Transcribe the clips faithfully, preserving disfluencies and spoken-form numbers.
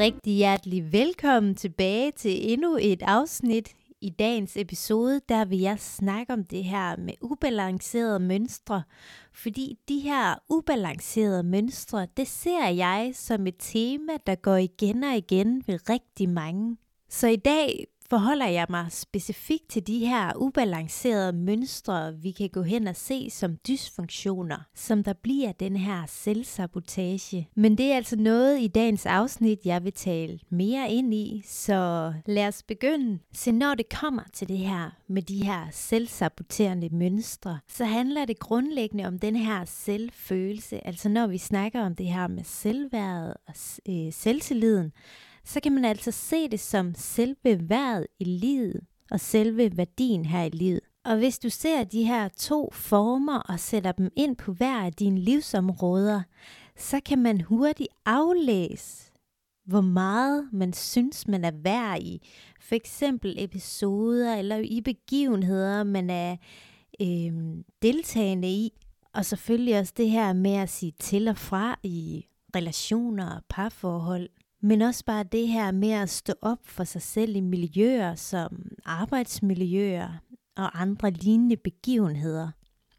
rigtig hjertelig velkommen tilbage til endnu et afsnit. I dagens episode, der vil jeg snakke om det her med ubalancerede mønstre, fordi de her ubalancerede mønstre, det ser jeg som et tema, der går igen og igen ved rigtig mange. Så i dag forholder jeg mig specifikt til de her ubalancerede mønstre, vi kan gå hen og se som dysfunktioner, som der bliver den her selvsabotage. Men det er altså noget i dagens afsnit, jeg vil tale mere ind i, så lad os begynde. Så når det kommer til det her med de her selvsaboterende mønstre, så handler det grundlæggende om den her selvfølelse. Altså når vi snakker om det her med selvværdet og øh, selvtilliden, så kan man altså se det som selve værdet i livet og selve værdien her i livet. Og hvis du ser de her to former og sætter dem ind på hver af dine livsområder, så kan man hurtigt aflæse, hvor meget man synes, man er værd i. For eksempel episoder eller i begivenheder, man er øh, deltagende i. Og selvfølgelig også det her med at sige til og fra i relationer og parforhold. Men også bare det her med at stå op for sig selv i miljøer som arbejdsmiljøer og andre lignende begivenheder.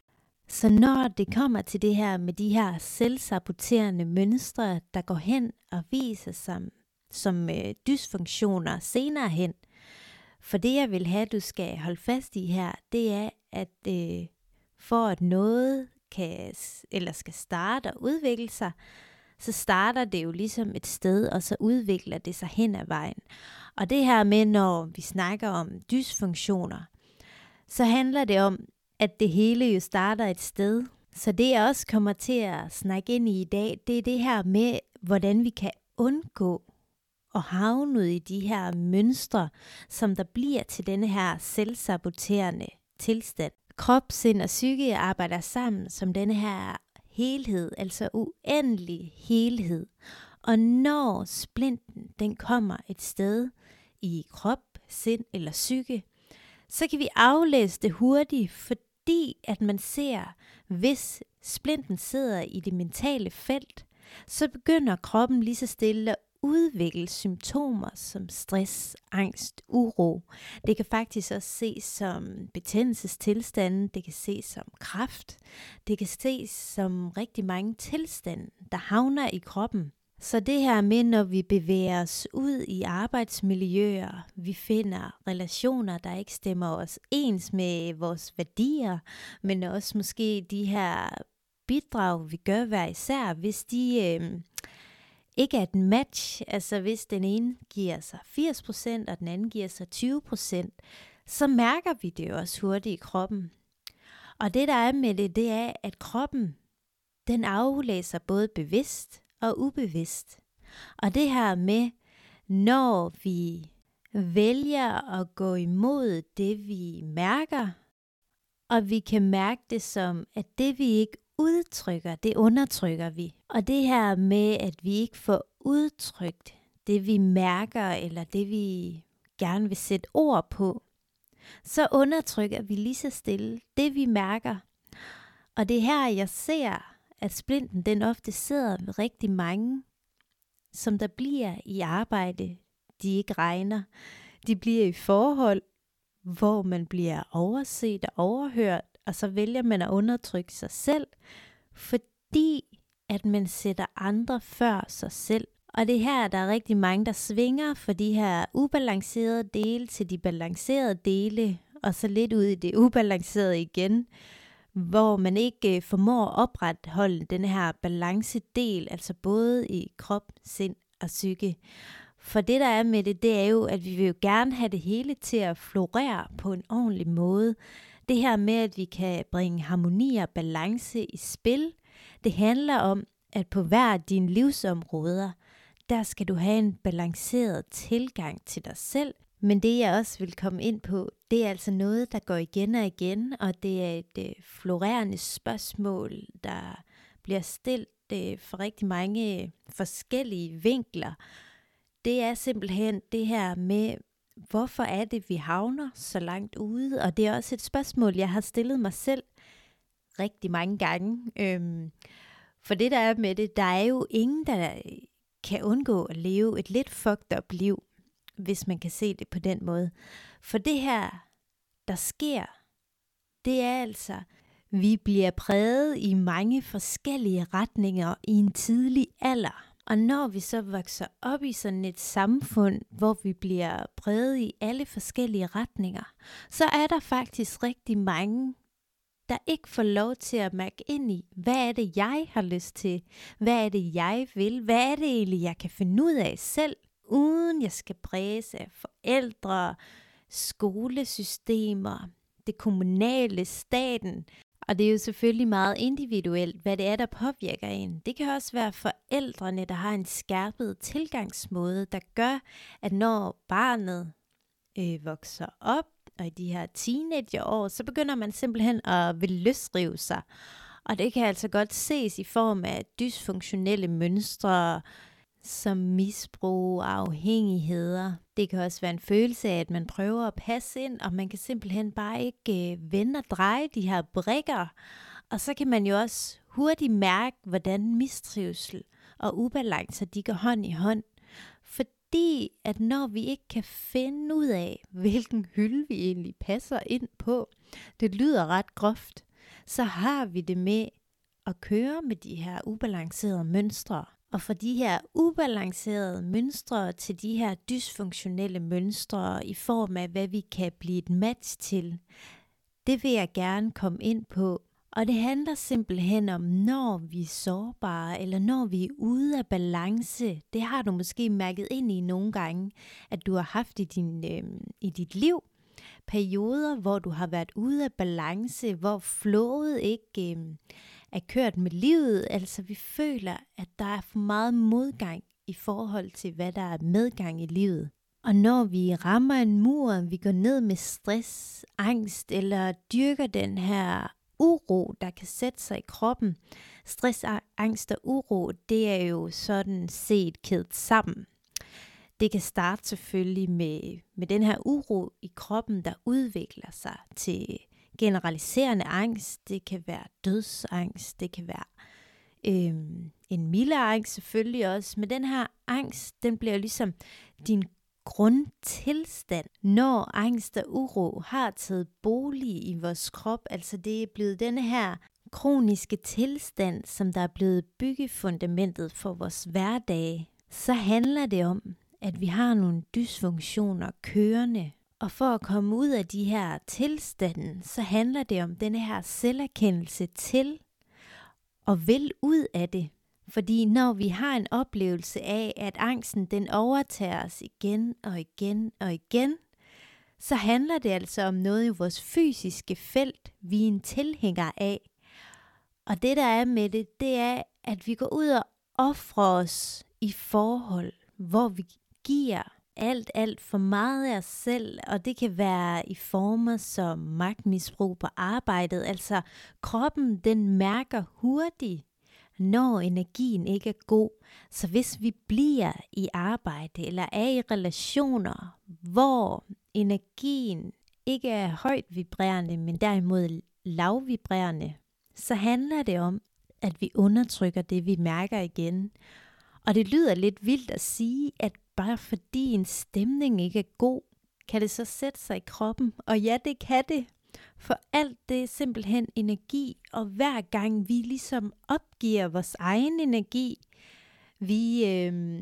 Så når det kommer til det her med de her selvsaboterende mønstre, der går hen og viser sig som, som øh, dysfunktioner senere hen. For det jeg vil have, du skal holde fast i her, det er, at øh, for at noget kan, eller skal starte og udvikle sig, så starter det jo ligesom et sted, og så udvikler det sig hen ad vejen. Og det her med, når vi snakker om dysfunktioner, så handler det om, at det hele jo starter et sted. Så det jeg også kommer til at snakke ind i i dag, det er det her med, hvordan vi kan undgå at havne ud i de her mønstre, som der bliver til denne her selvsaboterende tilstand. Krop, sind og psyke arbejder sammen som denne her helhed, altså uendelig helhed. Og når splinten den kommer et sted i krop, sind eller psyke, så kan vi aflæse det hurtigt, fordi at man ser, hvis splinten sidder i det mentale felt, så begynder kroppen lige så stille at udvikle symptomer som stress, angst, uro. Det kan faktisk også ses som betændelsestilstande, det kan ses som kræft, det kan ses som rigtig mange tilstande, der havner i kroppen. Så det her med, når vi bevæger os ud i arbejdsmiljøer, vi finder relationer, der ikke stemmer os ens med vores værdier, men også måske de her bidrag, vi gør hver især, hvis de øh, ikke er et match, altså hvis den ene giver sig firs procent, og den anden giver sig tyve procent, så mærker vi det jo også hurtigt i kroppen. Og det der er med det, det er, at kroppen, den aflæser både bevidst og ubevidst. Og det her med, når vi vælger at gå imod det, vi mærker, og vi kan mærke det som, at det vi ikke udtrykker, det undertrykker vi. Og det her med, at vi ikke får udtrykt det, vi mærker, eller det, vi gerne vil sætte ord på, så undertrykker vi lige så stille det, vi mærker. Og det her, jeg ser, at splinten den ofte sidder med rigtig mange, som der bliver i arbejde, de ikke regner. De bliver i forhold, hvor man bliver overset og overhørt, og så vælger man at undertrykke sig selv, fordi at man sætter andre før sig selv. Og det her, der er rigtig mange, der svinger fra de her ubalancerede dele til de balancerede dele, og så lidt ud i det ubalancerede igen, hvor man ikke formår at opretholde den her balancedel, altså både i krop, sind og psyke. For det der er med det, det er jo, at vi vil jo gerne have det hele til at florere på en ordentlig måde. Det her med, at vi kan bringe harmoni og balance i spil, det handler om, at på hver af dine livsområder, der skal du have en balanceret tilgang til dig selv. Men det jeg også vil komme ind på, det er altså noget, der går igen og igen, og det er et øh, florerende spørgsmål, der bliver stillet øh, for rigtig mange forskellige vinkler. Det er simpelthen det her med, hvorfor er det, vi havner så langt ude? Og det er også et spørgsmål, jeg har stillet mig selv rigtig mange gange. Øhm, for det der er med det, der er jo ingen, der kan undgå at leve et lidt fucked up liv, hvis man kan se det på den måde. For det her, der sker, det er altså, vi bliver præget i mange forskellige retninger i en tidlig alder. Og når vi så vokser op i sådan et samfund, hvor vi bliver præget i alle forskellige retninger, så er der faktisk rigtig mange, der ikke får lov til at mærke ind i, hvad er det, jeg har lyst til? Hvad er det, jeg vil? Hvad er det egentlig, jeg kan finde ud af selv, uden jeg skal præges af forældre, skolesystemer, det kommunale, staten. Og det er jo selvfølgelig meget individuelt, hvad det er, der påvirker en. Det kan også være forældrene, der har en skærpet tilgangsmåde, der gør, at når barnet øh, vokser op, og i de her teenageår, så begynder man simpelthen at vil løsrive sig. Og det kan altså godt ses i form af dysfunktionelle mønstre, som misbrug og afhængigheder. Det kan også være en følelse af, at man prøver at passe ind, og man kan simpelthen bare ikke øh, vende og dreje de her brikker. Og så kan man jo også hurtigt mærke, hvordan mistrivsel og ubalancer, de går hånd i hånd. Fordi at når vi ikke kan finde ud af, hvilken hylde vi egentlig passer ind på, det lyder ret groft, så har vi det med at køre med de her ubalancerede mønstre. Og fra de her ubalancerede mønstre til de her dysfunktionelle mønstre i form af, hvad vi kan blive et match til, det vil jeg gerne komme ind på. Og det handler simpelthen om, når vi er sårbare, eller når vi er ude af balance. Det har du måske mærket ind i nogle gange, at du har haft i, din, øh, i dit liv. Perioder, hvor du har været ude af balance, hvor flowet ikke øh, er kørt med livet. Altså vi føler, at der er for meget modgang i forhold til, hvad der er medgang i livet. Og når vi rammer en mur, vi går ned med stress, angst, eller dyrker den her uro, der kan sætte sig i kroppen. Stress, angst og uro, det er jo sådan set kædet sammen. Det kan starte selvfølgelig med, med den her uro i kroppen, der udvikler sig til generaliserende angst. Det kan være dødsangst, det kan være øhm, en mildere angst selvfølgelig også. Men den her angst, den bliver ligesom din grundtilstand, når angst og uro har taget bolig i vores krop. Altså det er blevet denne her kroniske tilstand, som der er blevet byggefundamentet for vores hverdag. Så handler det om, at vi har nogle dysfunktioner kørende. Og for at komme ud af de her tilstande, så handler det om denne her selverkendelse til og vil ud af det. Fordi når vi har en oplevelse af, at angsten den overtager os igen og igen og igen, så handler det altså om noget i vores fysiske felt, vi er en tilhænger af. Og det der er med det, det er, at vi går ud og offrer os i forhold, hvor vi giver alt, alt for meget af os selv, og det kan være i former som magtmisbrug på arbejdet. Altså kroppen, den mærker hurtigt, når energien ikke er god. Så hvis vi bliver i arbejde eller er i relationer, hvor energien ikke er højt vibrerende, men derimod lavvibrerende, så handler det om, at vi undertrykker det, vi mærker igen. Og det lyder lidt vildt at sige, at bare fordi en stemning ikke er god, kan det så sætte sig i kroppen. Og ja, det kan det. For alt det er simpelthen energi, og hver gang vi ligesom opgiver vores egen energi, vi øh,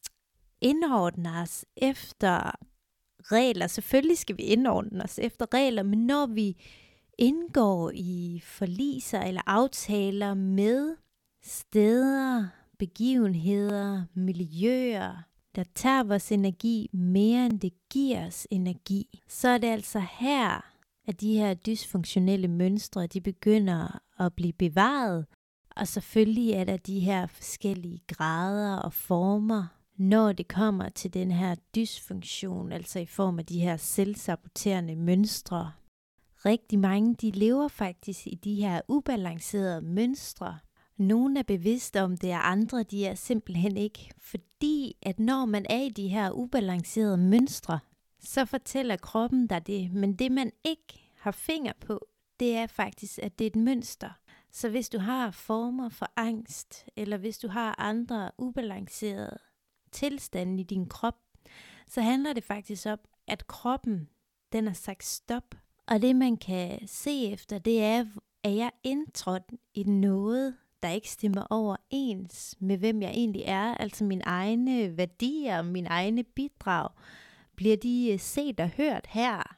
indordner os efter regler. Selvfølgelig skal vi indordne os efter regler, men når vi indgår i forliser eller aftaler med steder, begivenheder, miljøer, der tager vores energi mere end det giver os energi, så er det altså her, at de her dysfunktionelle mønstre, de begynder at blive bevaret. Og selvfølgelig er der de her forskellige grader og former, når det kommer til den her dysfunktion, altså i form af de her selvsaboterende mønstre. Rigtig mange, de lever faktisk i de her ubalancerede mønstre. Nogle er bevidste om det, og andre de er simpelthen ikke. Fordi at når man er i de her ubalancerede mønstre, så fortæller kroppen dig det. Men det man ikke har finger på, det er faktisk, at det er et mønster. Så hvis du har former for angst, eller hvis du har andre ubalancerede tilstanden i din krop, så handler det faktisk om, at kroppen, den har sagt stop. Og det man kan se efter, det er, at jeg indtrådt i noget, der ikke stemmer overens med, hvem jeg egentlig er. Altså mine egne værdier, mine egne bidrag, bliver de set og hørt her.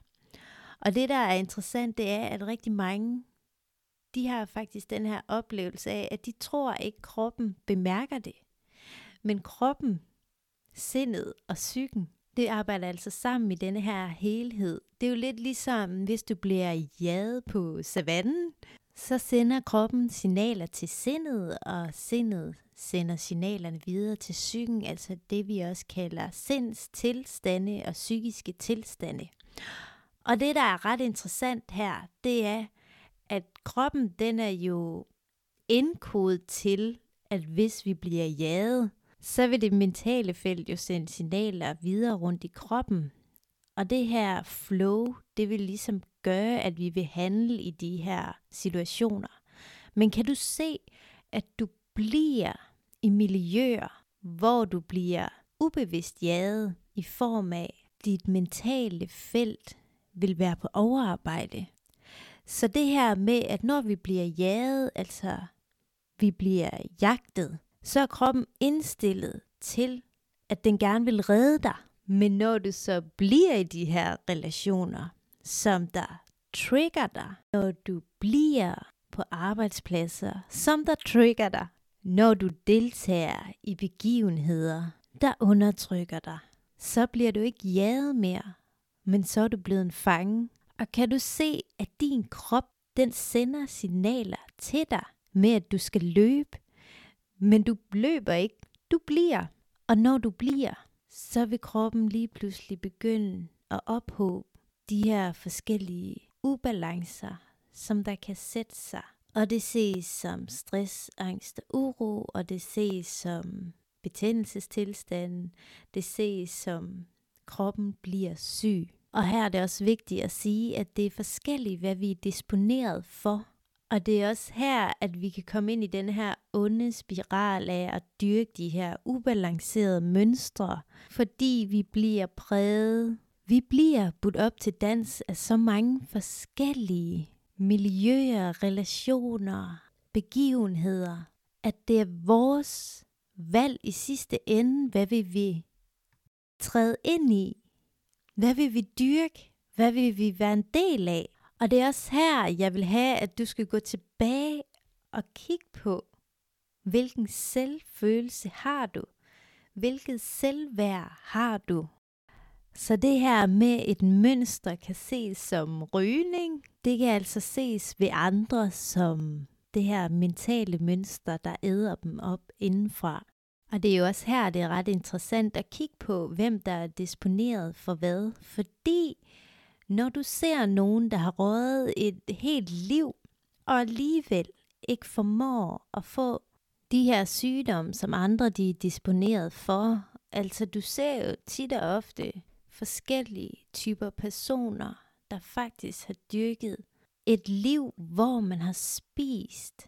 Og det, der er interessant, det er, at rigtig mange, de har faktisk den her oplevelse af, at de tror ikke, kroppen bemærker det. Men kroppen, sindet og psyken, det arbejder altså sammen i denne her helhed. Det er jo lidt ligesom, hvis du bliver jaget på savannen, så sender kroppen signaler til sindet, og sindet sender signalerne videre til psyken, altså det vi også kalder sindstilstande og psykiske tilstande. Og det, der er ret interessant her, det er, at kroppen, den er jo indkodet til, at hvis vi bliver jaget, så vil det mentale felt jo sende signaler videre rundt i kroppen. Og det her flow, det vil ligesom gøre, at vi vil handle i de her situationer. Men kan du se, at du bliver i miljøer, hvor du bliver ubevidst jaget i form af, at dit mentale felt vil være på overarbejde? Så det her med, at når vi bliver jaget, altså vi bliver jagtet, så er kroppen indstillet til, at den gerne vil redde dig. Men når du så bliver i de her relationer, som der trigger dig, når du bliver på arbejdspladser, som der trigger dig, når du deltager i begivenheder, der undertrykker dig, så bliver du ikke jaget mere, men så er du blevet en fange. Og kan du se, at din krop, den sender signaler til dig med, at du skal løbe, men du løber ikke, du bliver. Og når du bliver, så vil kroppen lige pludselig begynde at ophobe de her forskellige ubalancer, som der kan sætte sig. Og det ses som stress, angst og uro, og det ses som betændelsestilstanden, det ses som kroppen bliver syg. Og her er det også vigtigt at sige, at det er forskelligt, hvad vi er disponeret for. Og det er også her, at vi kan komme ind i den her onde spiral af at dyrke de her ubalancerede mønstre, fordi vi bliver præget. Vi bliver budt op til dans af så mange forskellige miljøer, relationer, begivenheder, at det er vores valg i sidste ende, hvad vil vi træde ind i? Hvad vil vi dyrke? Hvad vil vi være en del af? Og det er også her, jeg vil have, at du skal gå tilbage og kigge på, hvilken selvfølelse har du? Hvilket selvværd har du? Så det her med et mønster kan ses som rygning. Det kan altså ses ved andre som det her mentale mønster, der æder dem op indenfra. Og det er jo også her, det er ret interessant at kigge på, hvem der er disponeret for hvad. Fordi når du ser nogen, der har røget et helt liv, og alligevel ikke formår at få de her sygdomme, som andre de er disponeret for. Altså du ser jo tit og ofte forskellige typer personer, der faktisk har dyrket et liv, hvor man har spist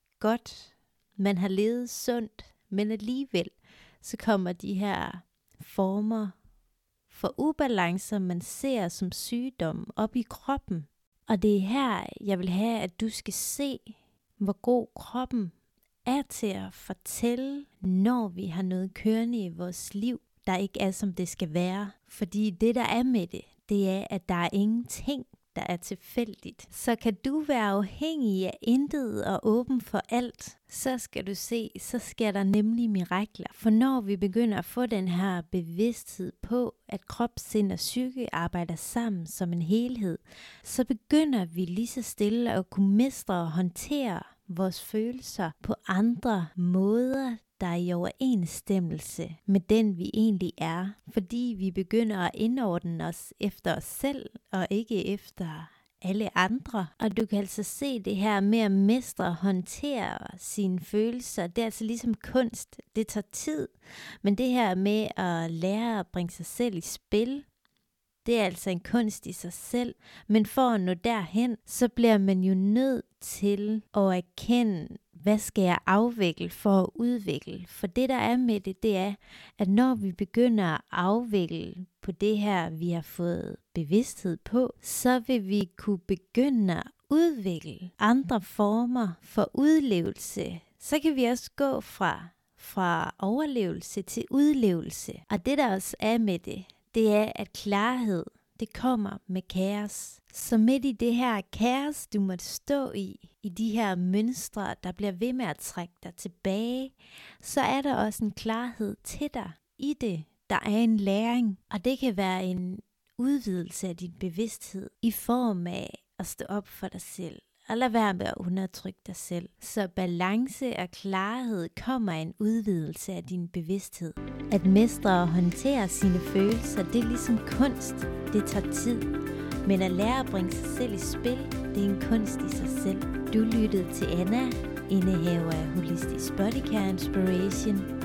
godt, man har levet sundt, men alligevel så kommer de her former for ubalancer, man ser som sygdom op i kroppen. Og det er her, jeg vil have, at du skal se, hvor god kroppen er til at fortælle, når vi har noget kørende i vores liv, der ikke er, som det skal være. Fordi det, der er med det, det er, at der er ingenting, der er tilfældigt. Så kan du være afhængig af intet og åben for alt, så skal du se, så sker der nemlig mirakler. For når vi begynder at få den her bevidsthed på, at krop, sind og psyke arbejder sammen som en helhed, så begynder vi lige så stille at kunne mestre og håndtere vores følelser på andre måder, der er i overensstemmelse med den, vi egentlig er. Fordi vi begynder at indordne os efter os selv, og ikke efter alle andre. Og du kan altså se det her med at mestre og håndtere sine følelser. Det er altså ligesom kunst. Det tager tid. Men det her med at lære at bringe sig selv i spil, det er altså en kunst i sig selv. Men for at nå derhen, så bliver man jo nødt til at erkende, hvad skal jeg afvikle for at udvikle? For det, der er med det, det er, at når vi begynder at afvikle på det her, vi har fået bevidsthed på, så vil vi kunne begynde at udvikle andre former for udlevelse. Så kan vi også gå fra, fra overlevelse til udlevelse. Og det, der også er med det, det er, at klarhed, det kommer med kaos. Så midt i det her kaos, du måtte stå i, i de her mønstre, der bliver ved med at trække dig tilbage, så er der også en klarhed til dig i det. Der er en læring, og det kan være en udvidelse af din bevidsthed i form af at stå op for dig selv, og lade være med at undertrykke dig selv. Så balance og klarhed kommer af en udvidelse af din bevidsthed. At mestre og håndtere sine følelser, det er ligesom kunst. Det tager tid. Men at lære at bringe sig selv i spil, det er en kunst i sig selv. Du lyttede til Anna, indehaver af Holistisk Bodycare Inspiration.